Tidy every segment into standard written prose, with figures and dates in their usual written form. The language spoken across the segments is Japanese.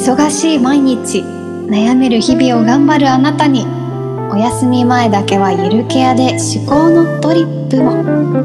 忙しい毎日、悩める日々を頑張るあなたに、お休み前だけはゆるケアで思考のトリップも。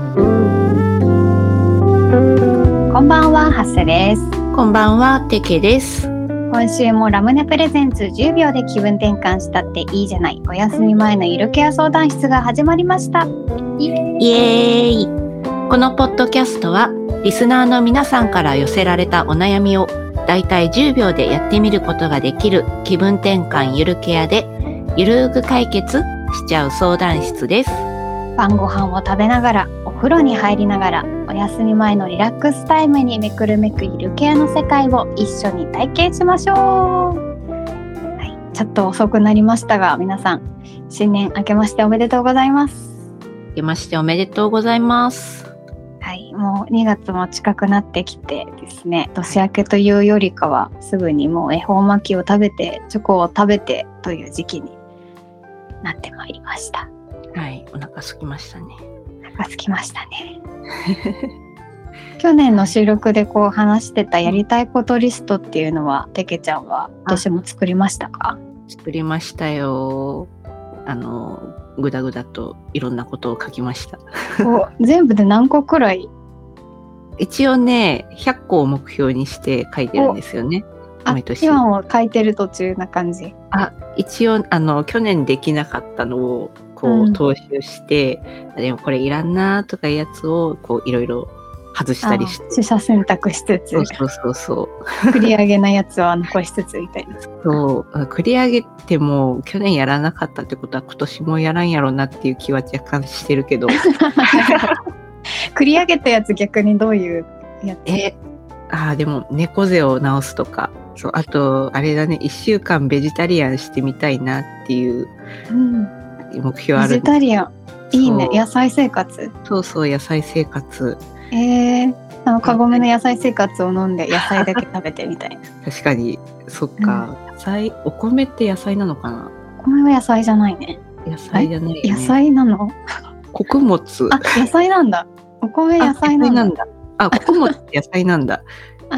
こんばんは、ハッセです。 こんばんは、テケです。 今週もラムネプレゼンツ10秒で気分転換したっていいじゃない、お休み前のゆるケア相談室が始まりました。イエーイ。 このポッドキャストはリスナーの皆さんから寄せられたお悩みをだいたい10秒でやってみることができる気分転換ゆるケアでゆるーく解決しちゃう相談室です。 晩ご飯を食べながら、お風呂に入りながら、お休み前のリラックスタイムにめくるめくゆるケアの世界を一緒に体験しましょう。はい、ちょっと遅くなりましたが、皆さん新年明けましておめでとうございます。 明けましておめでとうございます。 はい、もう2月も近くなってきてですね、年明けというよりかはすぐにもう恵方巻きを食べてチョコを食べてという時期になってまいりました。 はい、お腹空きましたね。 お腹空きましたね。去年の収録でこう話してたやりたいことリストっていうのは、てけちゃんは今年も作りましたか？ 作りましたよ。ぐだぐだといろんなことを書きました。 全部で何個くらい？ 一応ね、100個を目標にして書いてるんですよね。毎年。 今も書いてる途中な感じ？ 一応去年できなかったのをこう踏襲して、でもこれいらんなとかいうやつをこういろいろ外したりして、 取捨選択しつつ、 そう繰り上げなやつは残しつつみたいな。 そう繰り上げても去年やらなかったってことは今年もやらんやろうなっていう気は若干してるけど繰り上げたやつ逆にどういうやつ？ でも猫背を直すとか、そう、あとあれだね、1週間ベジタリアンしてみたいなっていう目標ある。 ベジタリアンいいね。野菜生活。 そう野菜生活。 カゴメの野菜生活を飲んで野菜だけ食べてみたいな。 確かに、そっか、野菜、お米って野菜なのかな？ お米は野菜じゃないね。 野菜じゃないよね。 野菜なの？ 穀物。 野菜なんだ。お米野菜なんだ。 穀物って野菜なんだ。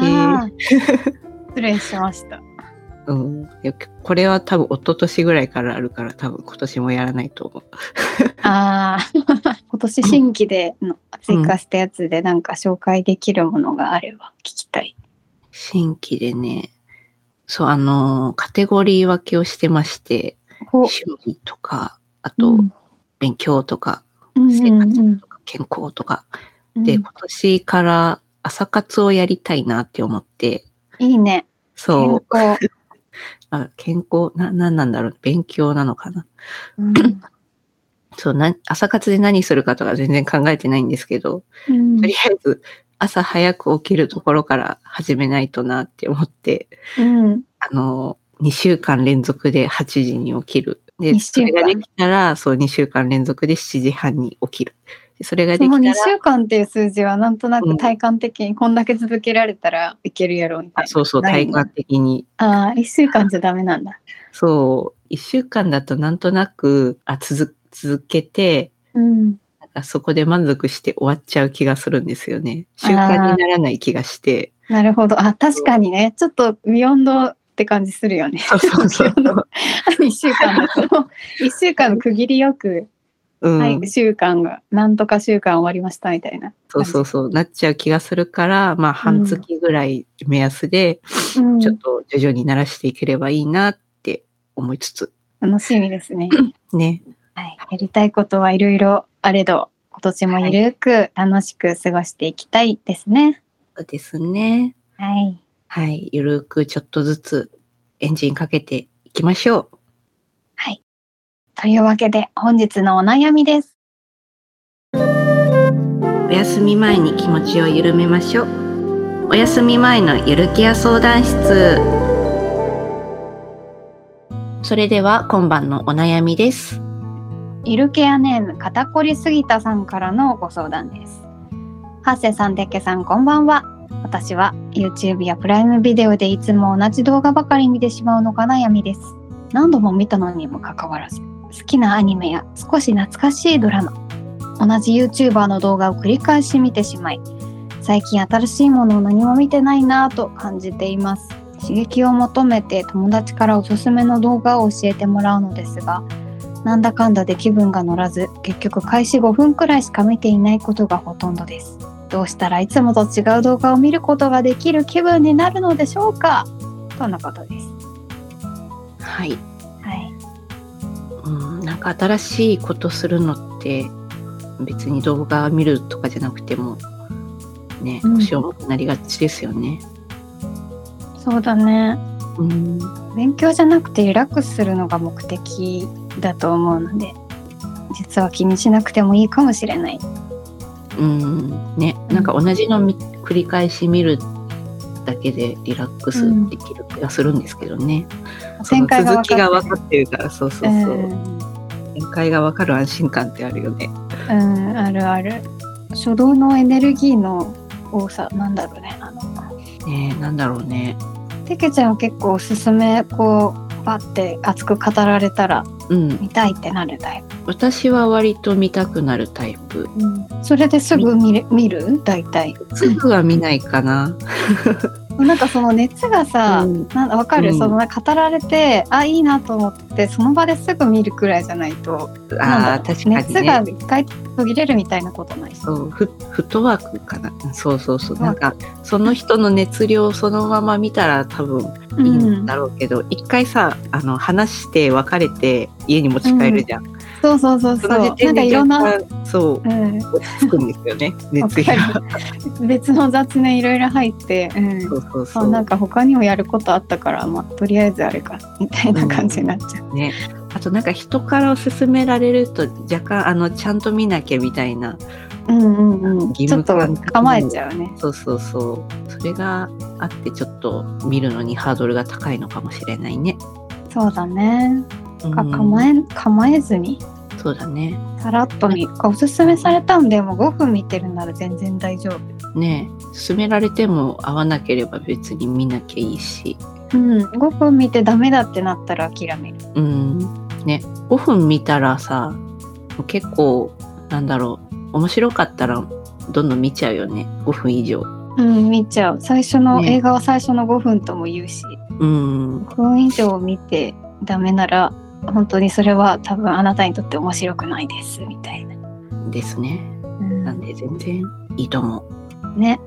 失礼しました。 これは多分一昨年ぐらいからあるから、多分今年もやらないと思う。 今年新規で追加したやつでなんか紹介できるものがあれば聞きたい。 新規でね、そう、カテゴリー分けをしてまして、趣味とか、あと、勉強とか、生活とか、健康とか、で、今年から朝活をやりたいなって思って。 いいね。 そう。健康、なんなんだろう、勉強なのかな。そう、朝活で何するかとか全然考えてないんですけど、とりあえず朝早く起きるところから始めないとなって思って、2週間連続で8時に起きる。で、それができたら、そう、2週間連続で7時半に起きる。それができたら。 その2週間っていう数字はなんとなく体感的にこんだけ続けられたらいけるやろみたいな。 そう、体感的に。 1週間じゃダメなんだ。 そう、1週間だとなんとなく、続けて、なんかそこで満足して終わっちゃう気がするんですよね。習慣にならない気がして。 なるほど。確かにね、ちょっとビヨンドって感じするよね。 そう。 1週間だと、1週間の区切りよく、週間が、なんとか週間終わりましたみたいな。 そう、なっちゃう気がするから、半月ぐらい目安で、ちょっと徐々に慣らしていければいいなって思いつつ。 楽しみですね。 ね。 はい。やりたいことはいろいろあれど、今年もゆるく楽しく過ごしていきたいですね。 そうですね。 はい。 ゆるくちょっとずつエンジンかけていきましょう。 はい。というわけで本日のお悩みです。 お休み前に気持ちを緩めましょう。お休み前のゆるケア相談室。それでは今晩のお悩みです。 ゆるケアネーム肩こりすぎたさんからのご相談です。ハッセさん、てっけさん、こんばんは。私は YouTube やプライムビデオでいつも同じ動画ばかり見てしまうのが悩みです。何度も見たのにもかかわらず、好きなアニメや少し懐かしいドラマ、同じ YouTuber の動画を繰り返し見てしまい、最近新しいものを何も見てないなぁと感じています。 刺激を求めて友達からおすすめの動画を教えてもらうのですが、なんだかんだで気分が乗らず、結局開始5分くらいしか見ていないことがほとんどです。どうしたらいつもと違う動画を見ることができる気分になるのでしょうか、とのことです。 はい、 はい。 なんか新しいことするのって別に動画見るとかじゃなくてもね、腰重くなりがちですよね。 そうだね。勉強じゃなくてリラックスするのが目的だと思うので、実は気にしなくてもいいかもしれない。 ね、なんか同じの繰り返し見るだけでリラックスできる気がするんですけどね。 展開が続きが分かってるから、そう。展開が分かる安心感ってあるよね。 あるある。初動のエネルギーの多さ、なんだろうね。 なんだろうね。 てけちゃんは結構おすすめこうバッて熱く語られたら見たいってなるタイプ。 私は割と見たくなるタイプ。 それですぐ見る？大体。 すぐは見ないかな。 なんかその熱がさ、なんか分かる、その語られていいなと思ってその場ですぐ見るくらいじゃないと、 確かにね、 熱が一回途切れるみたいなことない？ そうフットワークかな。そうなんかその人の熱量をそのまま見たら多分いいんだろうけど、一回さ話して別れて家に持ち帰るじゃん。 そうその時点でなんかいろんな落ち着くんですよね。熱が別の雑念いろいろ入って、なんか他にもやることあったから、とりあえずあれかみたいな感じになっちゃう。 ね。あとなんか人から勧められると若干ちゃんと見なきゃみたいな義務感ちょっと構えちゃうね。 そうそれがあってちょっと見るのにハードルが高いのかもしれないね。 そうだね。構えずに、 そうだね、 さらっとおすすめされたんでも5分見てるなら全然大丈夫ね。勧められても合わなければ別に見なきゃいいし、 5分見てダメだってなったら諦める。 ね、5分見たらさ結構なんだろう、面白かったらどんどん見ちゃうよね。5分以上見ちゃう。最初の、映画は最初の5分とも言うし、 5 分以上見てダメなら本当にそれは多分あなたにとって面白くないですみたいなですね。なんで全然いいと思うね。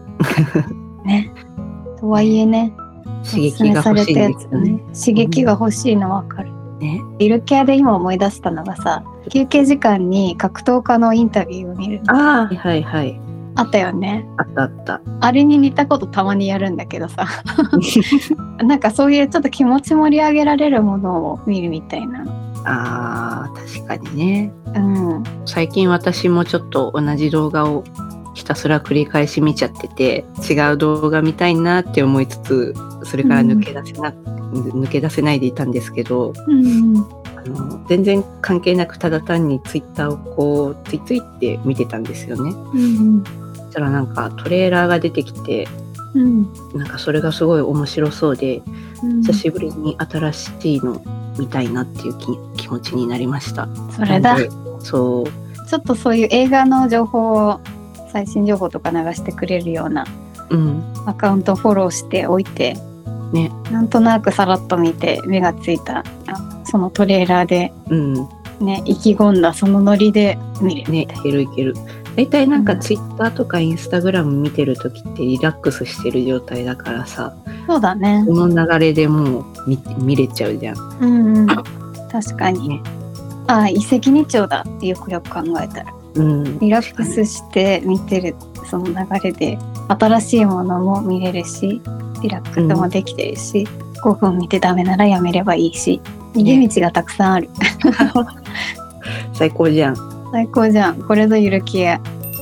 とはいえね、 刺激が欲しいんですよね。 刺激が欲しいの分かる、ゆるキャで今思い出したのがさ、休憩時間に格闘家のインタビューを見る。 はいあったよね。 あった。あれに似たことたまにやるんだけどさなんかそういうちょっと気持ち盛り上げられるものを見るみたいな。 確かにね。最近私もちょっと同じ動画をひたすら繰り返し見ちゃってて、違う動画見たいなって思いつつそれから抜け出せないでいたんですけど、全然関係なくただ単にツイッターをこうツイツイって見てたんですよね。そしたらなんかトレーラーが出てきて、なんかそれがすごい面白そうで、久しぶりに新しいの見たいなっていう気持ちになりました。 それだ。 そう。 ちょっとそういう映画の情報を、最新情報とか流してくれるようなアカウントフォローしておいて、なんとなくさらっと見て目がついたそのトレーラーで、意気込んだそのノリで見るみたいな。 いける。だいたいなんかツイッターとかインスタグラム見てる時ってリラックスしてる状態だからさ。 そうだね。 その流れでもう見れちゃうじゃん。 確かに。一石二鳥だってよく考えたら。リラックスして見てるその流れで新しいものも見れるし、リラックスもできてるし、5分見てダメならやめればいいし、逃げ道がたくさんある。 最高じゃん。 これぞゆるキア。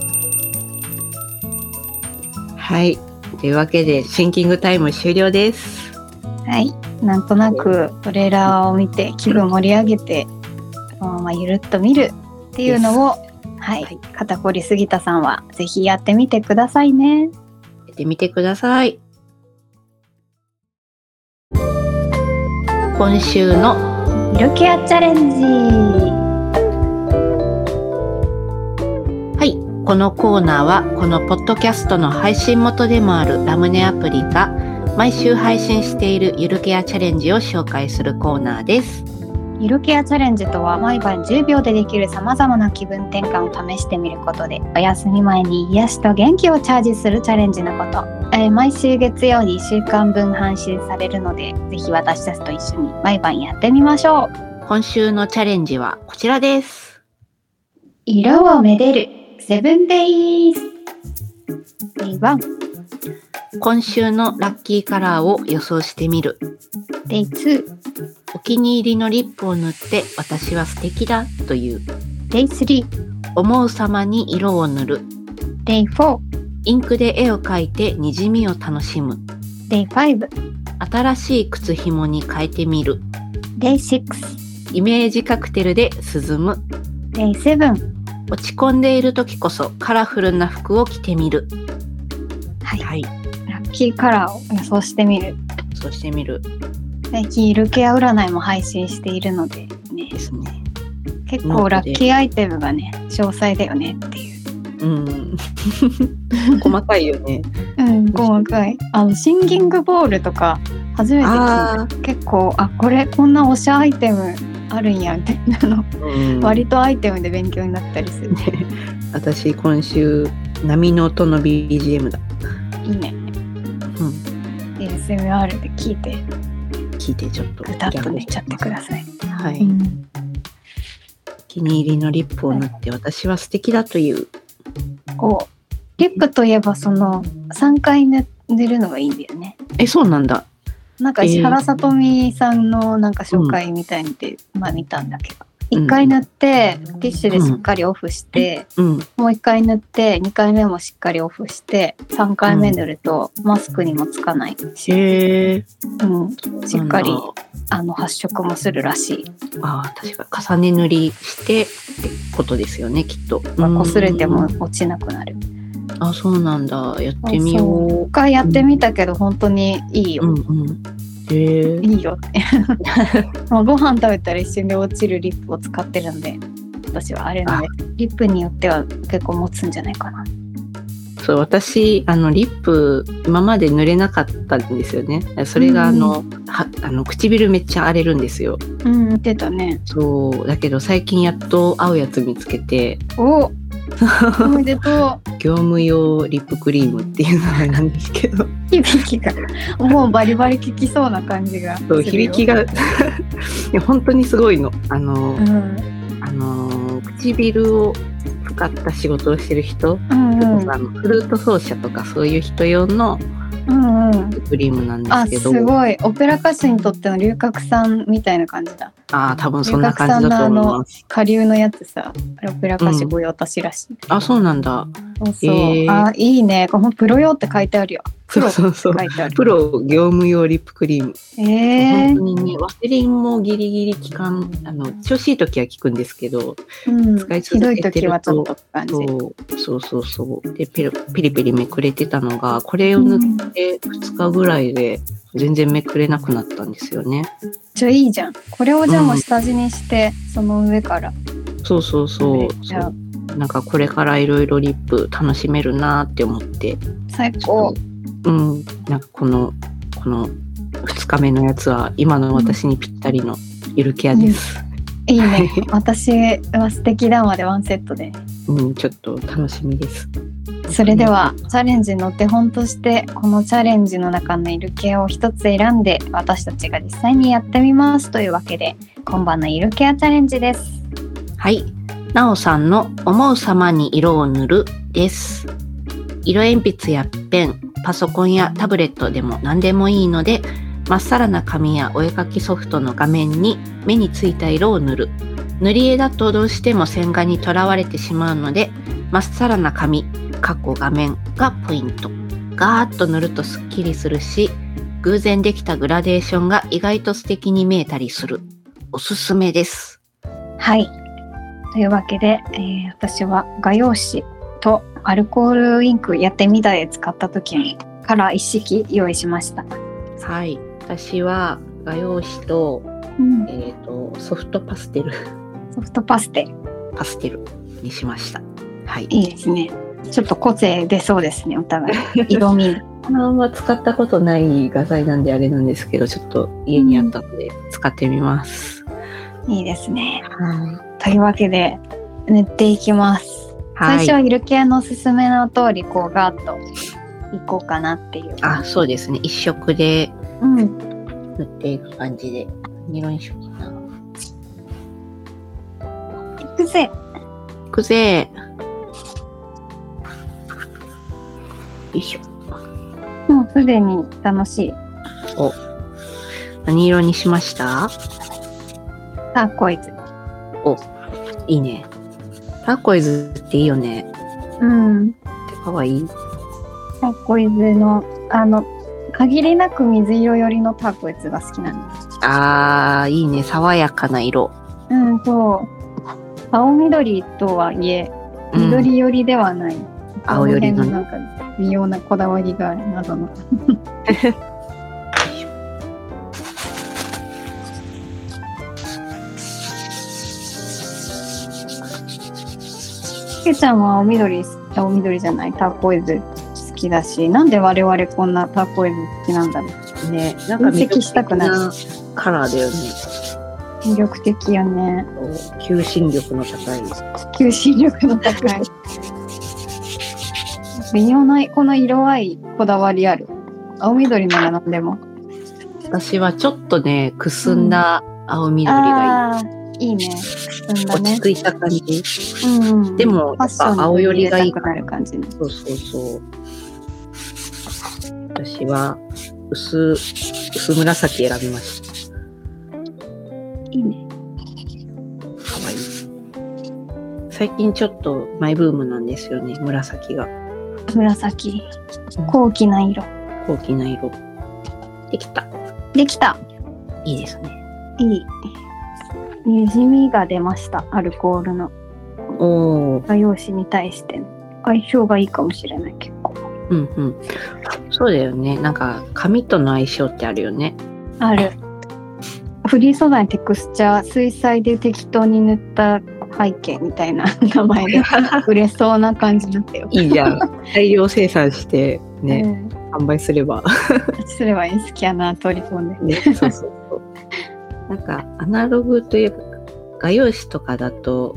はい、というわけでシンキングタイム終了です。 はい、なんとなくトレーラーを見て気分盛り上げてそのままゆるっと見るっていうのを、肩こり杉田さんはぜひやってみてくださいね。 やってみてください。今週のゆるケアチャレンジ。 はい、このコーナーはこのポッドキャストの配信元でもあるラムネアプリが毎週配信しているゆるケアチャレンジを紹介するコーナーです。 ゆるケアチャレンジとは、毎晩10秒でできるさまざまな気分転換を試してみることで、お休み前に癒しと元気をチャージするチャレンジのこと。毎週月曜に1週間分配信されるので、ぜひ私たちと一緒に毎晩やってみましょう。 今週のチャレンジはこちらです。 色をめでる7 days。 Day 1。 今週のラッキーカラーを予想してみる。 Day 2。 お気に入りのリップを塗って私は素敵だという。 Day 3。 思う様に色を塗る。 Day 4。 インクで絵を描いてにじみを楽しむ。 Day 5。 新しい靴ひもに変えてみる。 Day 6。 イメージカクテルで涼む。 Day 7。 落ち込んでいる時こそカラフルな服を着てみる。 はい、 はい、 ラッキーカラーを予想してみる。 そうしてみる。 最近ゆるケア占いも配信しているのでね。 ですね。 結構ラッキーアイテムがね、詳細だよねっていう。 細かいよね。 細かい。シンギングボールとか初めて聞いた。結構これこんなおしゃアイテムあるんやみたいなの、割とアイテムで勉強になったりする。 私今週波の音の BGM だ。 いいね。ASMR で聞いてちょっとぐたっと寝ちゃってください。 はい。お気に入りのリップを塗って私は素敵だという。 リップといえばその3回塗るのがいいんだよね。 そうなんだ。 なんか石原さとみさんのなんか紹介みたいにで、見たんだけど、1回塗ってティッシュでしっかりオフして、もう1回塗って2回目もしっかりオフして3回目塗るとマスクにもつかないし、しっかり発色もするらしい。 確か重ね塗りしてってことですよね、きっと。 擦れても落ちなくなる。 そうなんだ。やってみよう。 一回やってみたけど本当にいいよ。いいよってご飯食べたら一瞬で落ちるリップを使ってるんで、私はあれのでリップによっては結構持つんじゃないかな。 そう、私リップ今まで塗れなかったんですよね。それが唇めっちゃ荒れるんですよ。 言ってたね。 そうだけど最近やっと合うやつ見つけて。おめでとう。 業務用リップクリームっていう名前なんですけど、 響きがもうバリバリ効きそうな感じがするよ。 そう、響きが本当にすごいの。唇を使った仕事をしてる人、フルート奏者とかそういう人用のクリームなんですけど、 すごいオペラ歌手にとっての龍角散みたいな感じだ。 多分そんな感じだと思います。 下流のやつさ、オペラ歌手御用達らしい。 そうなんだ。 いいね。このプロ用って書いてあるよ。 そうプロ業務用リップクリーム。本当にね、ワセリンもギリギリ効かん。調子いい時は効くんですけど、使い続けてるとひどい時はちょっと感じ。そうでピリピリめくれてたのが、これを塗って2日ぐらいで全然めくれなくなったんですよね。 じゃあいいじゃん。これをじゃあもう下地にして、その上から。 なんかこれからいろいろリップ楽しめるなって思って。 最高。 なんかこの2日目のやつは今の私にぴったりのゆるケアです。 いいね。私は素敵だまでワンセットで。 ちょっと楽しみです。 それではチャレンジの手本として、このチャレンジの中のゆるケアを一つ選んで私たちが実際にやってみますというわけで、今晩のゆるケアチャレンジです。 はい、なおさんの思う様に色を塗るです。色鉛筆やペン、パソコンやタブレットでも何でもいいので、まっさらな紙やお絵かきソフトの画面に目についた色を塗る。塗り絵だとどうしても線画にとらわれてしまうので、まっさらな紙、画面がポイント。ガーッと塗るとすっきりするし、偶然できたグラデーションが意外と素敵に見えたりする。おすすめです。 はい。というわけで、私は画用紙とアルコールインクやってみたで使った時にカラー一式用意しました。 はい。私は画用紙と、ソフトパステルにしました。はい。 いいですね。ちょっと個性出そうですね、お互い。色味あんま使ったことない画材なんであれなんですけど、ちょっと家にあったので使ってみます。 いいですね。 はい。 というわけで塗っていきます。 はい、 最初はゆる系のおすすめの通りこうガーッといこうかなっていう。 あ、そうですね。一色で塗っていく感じで。何色にしようかな。 いくぜ。 いくぜ。よいしょ。 もうすでに楽しい。 お、何色にしました？ ターコイズ。 お、いいね。ターコイズっていいよね。 うん。 ってかわいい。 ターコイズの限りなく水色寄りのターコイズが好きなんです。 あー、いいね。爽やかな色。 うん、そう。青緑とはいえ緑寄りではない。 青寄りのなんか微妙なこだわりがあるなどの。けちゃんは青緑じゃないターコイズ好きだし、なんで我々こんなターコイズ好きなんだろうね。なんか分析したくなるカラーだよね。 魅力的よね。 求心力の高い。 求心力の高い。微妙なこの色合いこだわりある。青緑なら何でも。 私はちょっとねくすんだ青緑がいい。 いいね。くすんだね。 落ち着いた感じ。 うん。 でもやっぱ青寄りがいい。 なる感じね。 そうそうそう。私は薄紫選びました。 いいね。 かわいい。最近ちょっとマイブームなんですよね、紫が。 紫。高貴な色。 高貴な色。できた。 できた。 いいですね。 いい。にじみが出ました。アルコールの。画用紙に対して相性がいいかもしれない結構。 うんうん。そうだよね。なんか紙との相性ってあるよね。 ある。フリー素材テクスチャー水彩で適当に塗った背景みたいな名前で売れそうな感じになったよ。 いいじゃん。大量生産してね、販売すればいい。スキャナー取り込んで、 ね。そうそうそう。なんかアナログというか画用紙とかだと、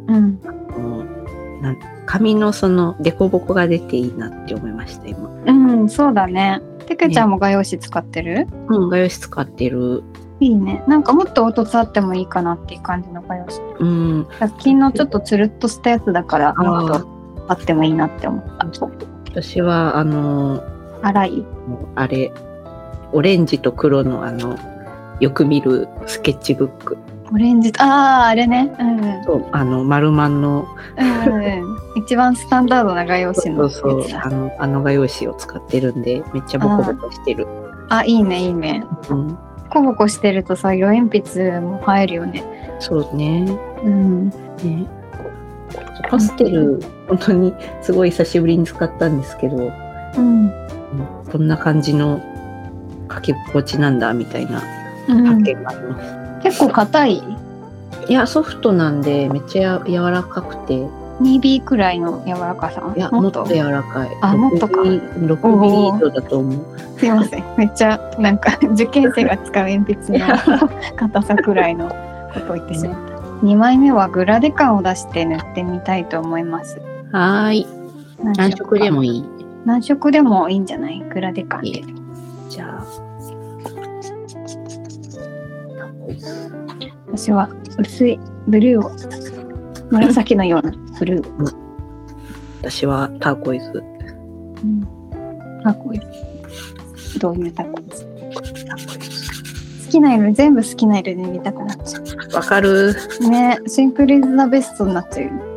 紙のそのデコボコが出ていいなって思いました今。 そうだね。てけちゃんも画用紙使ってる？ 画用紙使ってる。 いいね。なんかもっと凹凸あってもいいかなっていう感じの画用紙。100均のちょっとつるっとしたやつだからもっとあってもいいなって思った。 私は粗いあれオレンジと黒のよく見るスケッチブック。 オレンジあれね。 そう丸まんの一番スタンダードな画用紙のやつだ。 そう画用紙を使ってるんでめっちゃボコボコしてる。 いいねいいね。ボコボコしてるとさ色鉛筆も入るよね。 そうね。ね。パステル本当にすごい久しぶりに使ったんですけど、こんな感じの書き心地なんだみたいな発見があります。 結構硬い？ いやソフトなんでめっちゃ柔らかくて。 2B くらいの柔らかさ？ いやもっと柔らかい。 もっとか。 6B 以上だと思う。 すいません。めっちゃなんか受験生が使う鉛筆の硬さくらいのことを言ってしまった。2枚目はグラデ感を出して塗ってみたいと思います。 はい。何色でもいい。 何色でもいいんじゃない？グラデ感で。 じゃあ。 私は薄いブルーを紫のようなブルー。 私はターコイズ。 ターコイズ。どういうターコイズ？好きな色全部好きな色で見たくなっちゃう。 わかる。 ね、シンプルイズザベストになっちゃうよね。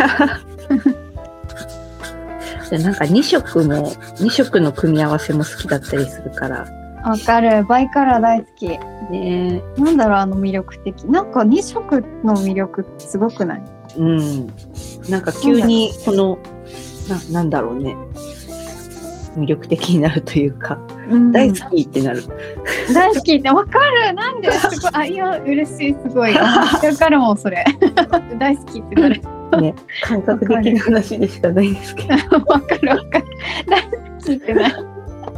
なんか2色の組み合わせも好きだったりするから。 わかる。バイカラー大好き。 ね。 なんだろう魅力的。なんか2色の魅力すごくない？ なんか急にこのなんだろうね。魅力的になるというか、大好きってなる。 大好きってわかる。なんですごい。いや嬉しいすごい。わかるもんそれ。大好きってなる。 ね、感覚的な話でしかないんですけど。 わかる。大好きってなる。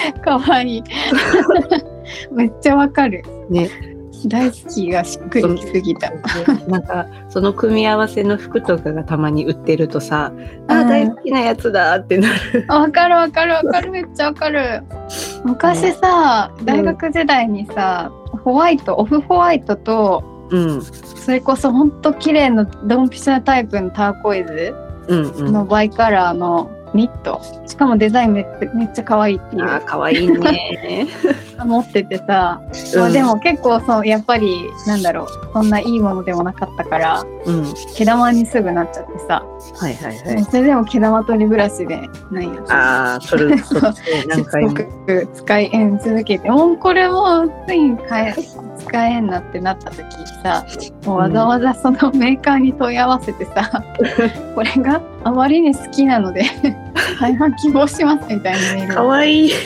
かわいい。めっちゃわかる。 ね。 大好きがしっくりきすぎた。 なんかその組み合わせの服とかがたまに売ってるとさ、大好きなやつだってなる。 わかるわかるわかる、めっちゃわかる。昔さ、大学時代にさ、ホワイト、オフホワイトと、それこそほんと綺麗なドンピシャなタイプのターコイズのバイカラーのニット、しかもデザインめっちゃ可愛いっていう。 可愛いね。 持っててさ、まあ、でも結構そうやっぱりなんだろう、そんないいものでもなかったから、毛玉にすぐなっちゃってさ、それでも毛玉取りブラシでなんやそれ何回も使い続けて、もうこれもうついに使えんなってなった時さ、もうわざわざそのメーカーに問い合わせてさ、これがあまりに好きなので再販希望しますみたいなメールかわいい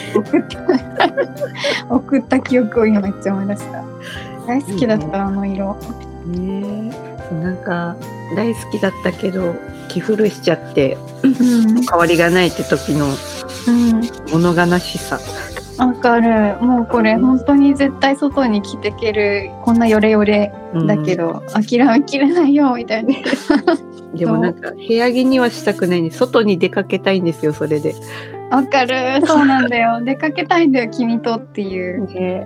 送った記憶を今めっちゃ思い出した。大好きだった、あの色。 なんか大好きだったけど着古しちゃって、変わりがないって時の物悲しさ。 わかる。もうこれ本当に絶対外に着てける、こんなヨレヨレだけど、諦めきれないよみたいな。 でもなんか部屋着にはしたくないんで、外に出かけたいんですよ、それで。 わかる。そうなんだよ。出かけたいんだよ、君とっていう。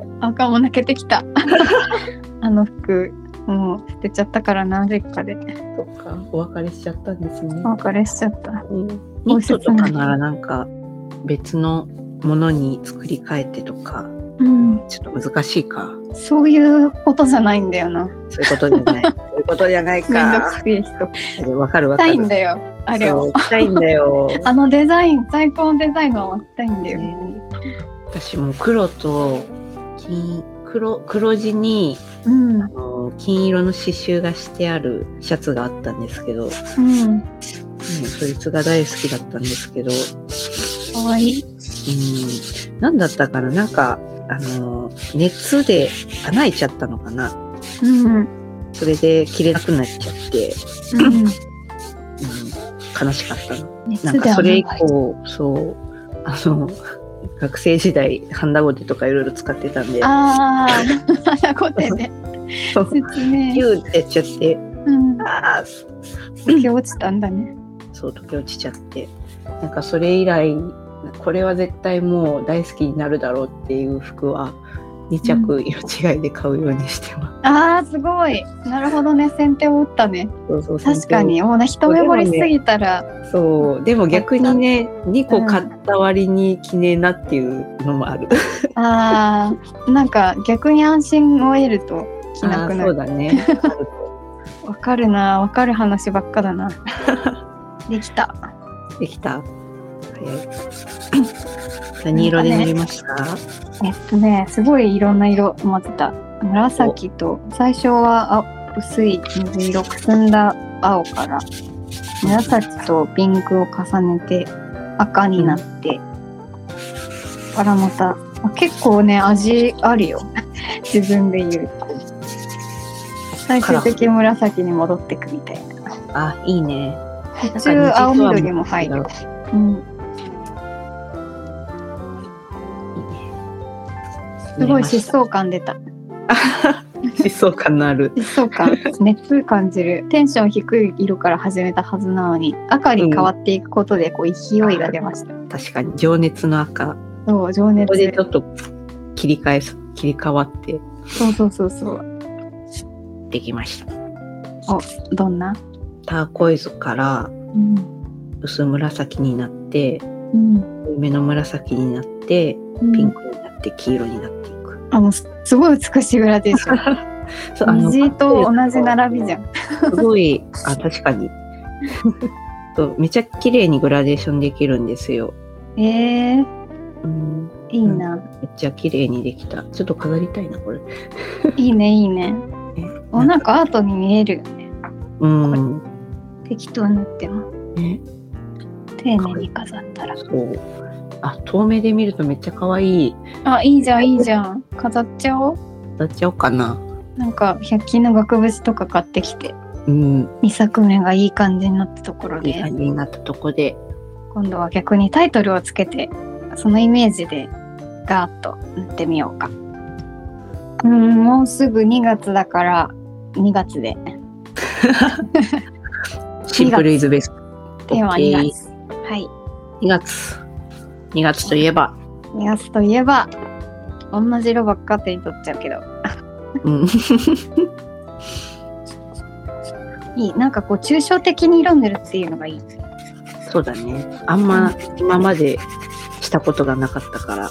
赤も泣けてきた。あの服、もう捨てちゃったからな、実家で。 そっか、お別れしちゃったんですね。 お別れしちゃった。 ニットとかならなんか別のものに作り変えてとか、ちょっと難しいか。 そういうことじゃないんだよな。 そういうことじゃない。そういうことじゃないか。 めんどくせえ人。 わかるわかる。 したいんだよ。あれを。 したいんだよ。 あのデザイン、最高のデザインが終わったいんだよ。 私も黒と黒地に、金色の刺繍がしてあるシャツがあったんですけど、そいつが大好きだったんですけど、 かわいい。 なんだったかな、なんか熱で穴開いちゃったのかな。それで着れなくなっちゃって、悲しかったの。なんかそれ以降、そう学生時代ハンダゴテとかいろいろ使ってたんで、 ハンダゴテで説明ギューってやっちゃって、 溶け落ちたんだね。 そう、溶け落ちちゃって、なんかそれ以来これは絶対もう大好きになるだろうっていう服は2着色違いで買うようにしてます。 すごい。なるほどね。先手を打ったね。 そう確かにもう一目惚れしすぎたら。 でも逆にね、2個買った割に着ねえなっていうのもある。 なんか逆に安心を得ると着なくなる。 そうだね。 わかるな。わかる話ばっかだな。できた。 何色で塗りました？ すごいいろんな色混ぜた。紫と最初は薄い水色、くすんだ青から紫とピンクを重ねて赤になって、からまた結構ね味あるよ。自分で言う。最終的に紫に戻ってくみたいな。 いいね。 途中青緑も入る。すごい疾走感出た。 疾走感のある。 疾走感、熱感じる。テンション低い色から始めたはずなのに、赤に変わっていくことでこう勢いが出ました。 確かに情熱の赤。 そう、情熱。 ここでちょっと切り替わって。 そう。 できました。 どんな？ ターコイズから薄紫になって、梅の紫になって、ピンクになって黄色になっていく。 もうすごい美しいグラデーション。虹と同じ並びじゃん。 すごい、確かに。めっちゃ綺麗にグラデーションできるんですよ。 いいな。 めっちゃ綺麗にできた。ちょっと飾りたいな、これ。 いいね。なんかアートに見えるよね。適当に塗っても。丁寧に飾ったら。遠目で見るとめっちゃ可愛い。いいじゃん。飾っちゃおうかな。 なんか100均の額縁とか買ってきて、2作目がいい感じになったところで、 今度は逆にタイトルをつけて、そのイメージでガーッと塗ってみようか。もうすぐ2月だから2月でシンプルイズベスト。 テーマは2月。はい。 2月といえば 2月といえば同じ色ばっか手に取っちゃうけどいい。なんかこう抽象的に色塗るっていうのがいい。 そうだね。あんま今までしたことがなかったから。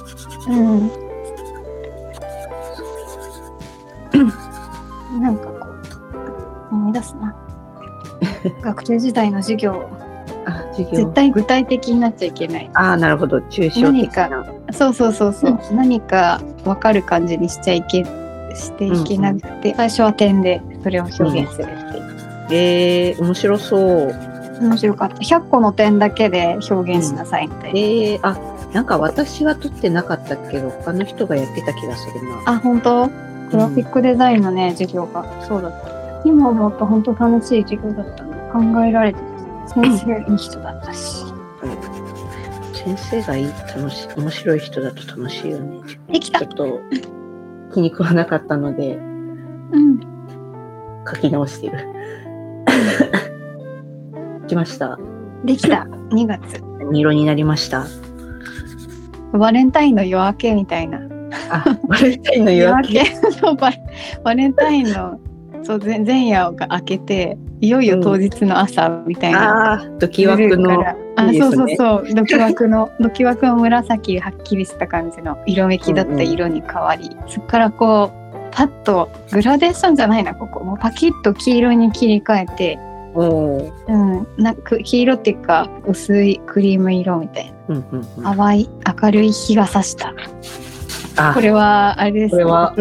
なんかこう思い出すな。学生時代の授業。絶対具体的になっちゃいけない。 なるほど。抽象的な。 そう。何か分かる感じにしていけなくて、最初は点でそれを表現するっていう。 面白そう。 面白かった。100個の点だけで表現しなさいみたいな。 なんか私は取ってなかったけど他の人がやってた気がするな。 本当？グラフィックデザインのね、授業がそうだった。今思うと本当楽しい授業だったの。考えられてた。先生いい人だったし。 先生が面白い人だと楽しいよね。 できた。 ちょっと気に食わなかったので、書き直してる。来ました。 できた。2月。 何色になりました？ バレンタインの夜明けみたいな。 バレンタインの夜明け。 バレンタインの前夜が明けて、いよいよ当日の朝みたいな。 ドキワクの。 そう。ドキワクの紫はっきりした感じの色めきだった色に変わり、そこからこうパッとグラデーションじゃないな、ここもうパキッと黄色に切り替えて、なんか黄色っていうか薄いクリーム色みたいな、淡い明るい日が差した。これはあれです。告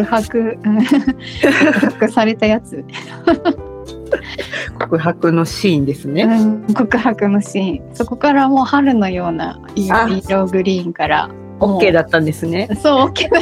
白されたやつ。 告白のシーンですね。 告白のシーン。そこからもう春のような色グリーンから OK だったんですね。 そう OK だった。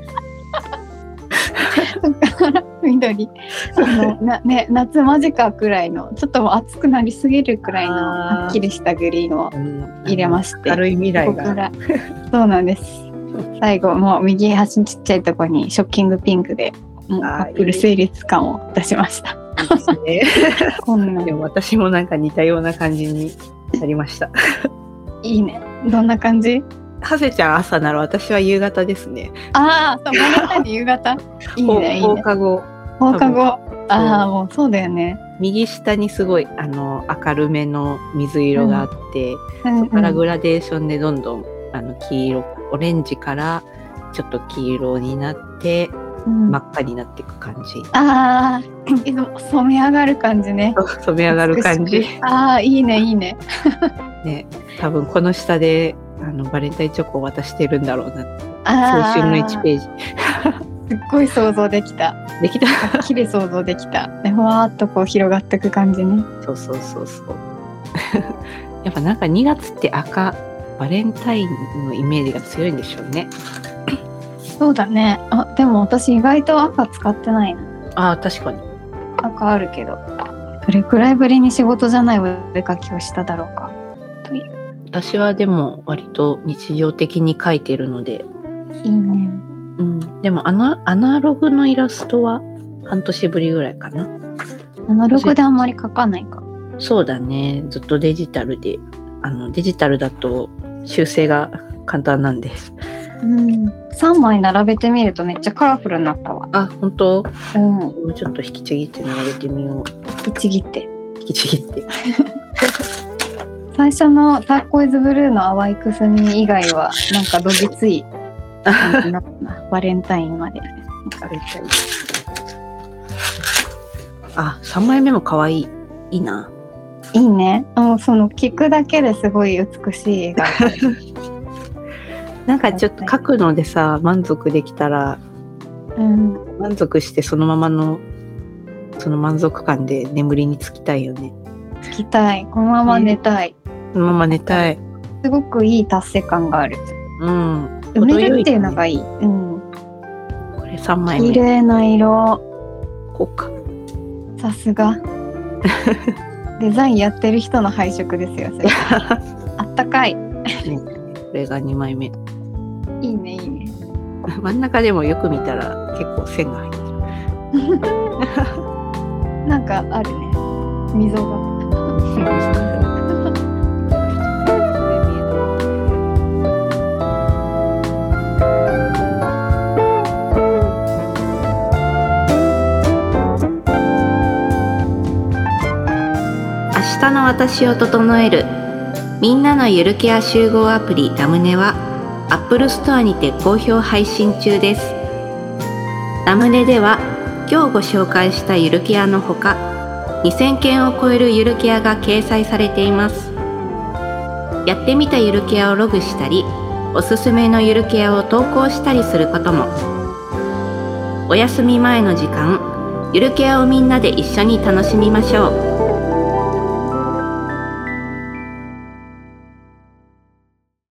そこから緑。夏間近くらいのちょっと暑くなりすぎるくらいのはっきりしたグリーンを入れまして。 明るい未来が。 そうなんです。最後もう右端のちっちゃいところにショッキングピンクでカップル成立感を出しました。 でも私もなんか似たような感じになりました。 いいね。どんな感じ？ ハセちゃん朝なら私は夕方ですね。 そうバレンタイン夕方。いいね。 放課後。 もうそうだよね。 右下にすごい明るめの水色があって、そこからグラデーションでどんどん黄色、オレンジからちょっと黄色になって、真っ赤になっていく感じ。 染め上がる感じね。 染め上がる感じ。 いいね。 ね、多分この下でバレンタインチョコを渡してるんだろうな。青春の1ページ。 すっごい想像できた。はっきり想像できた。ふわーっとこう広がっていく感じね。 そう。やっぱなんか2月ってバレンタインのイメージが強いんでしょうね。 そうだね。でも私意外と赤使ってないな。 確かに。 赤あるけど、どれくらいぶりに仕事じゃないお出かけをしただろうかという。 私はでも割と日常的に描いてるので。 いいね。 でもアナログのイラストは半年ぶりぐらいかな。 アナログであんまり描かないか。 そうだね。ずっとデジタルで。デジタルだと修正が簡単なんです。 3枚並べてみるとめっちゃカラフルになったわ。 本当？もうちょっと引きちぎって並べてみよう。 引きちぎって。最初のターコイズブルーの淡いくすみ以外はなんかどぎつい感じなバレンタインまで。 3枚目も可愛い。いいな。 いいね。その聞くだけですごい美しい笑顔。 なんかちょっと書くのでさ、満足できたら、満足してそのままのその満足感で眠りにつきたいよね。 つきたい。このまま寝たい。 このまま寝たい。 すごくいい達成感がある。埋めるっていうのがいい。これ3枚目。 綺麗な色。 こうか。 さすが。デザインやってる人の配色ですよ。それあったかい。 これが2枚目。 いいね。 真ん中でもよく見たら結構線が入ってる。 なんかあるね。溝が。 明日の私を整えるみんなのゆるケア集合アプリラムネは Apple Store にて好評配信中です。ラムネでは今日ご紹介したゆるケアのほか2000件を超えるゆるケアが掲載されています。やってみたゆるケアをログしたり、おすすめのゆるケアを投稿したりすることも。お休み前の時間、ゆるケアをみんなで一緒に楽しみましょう。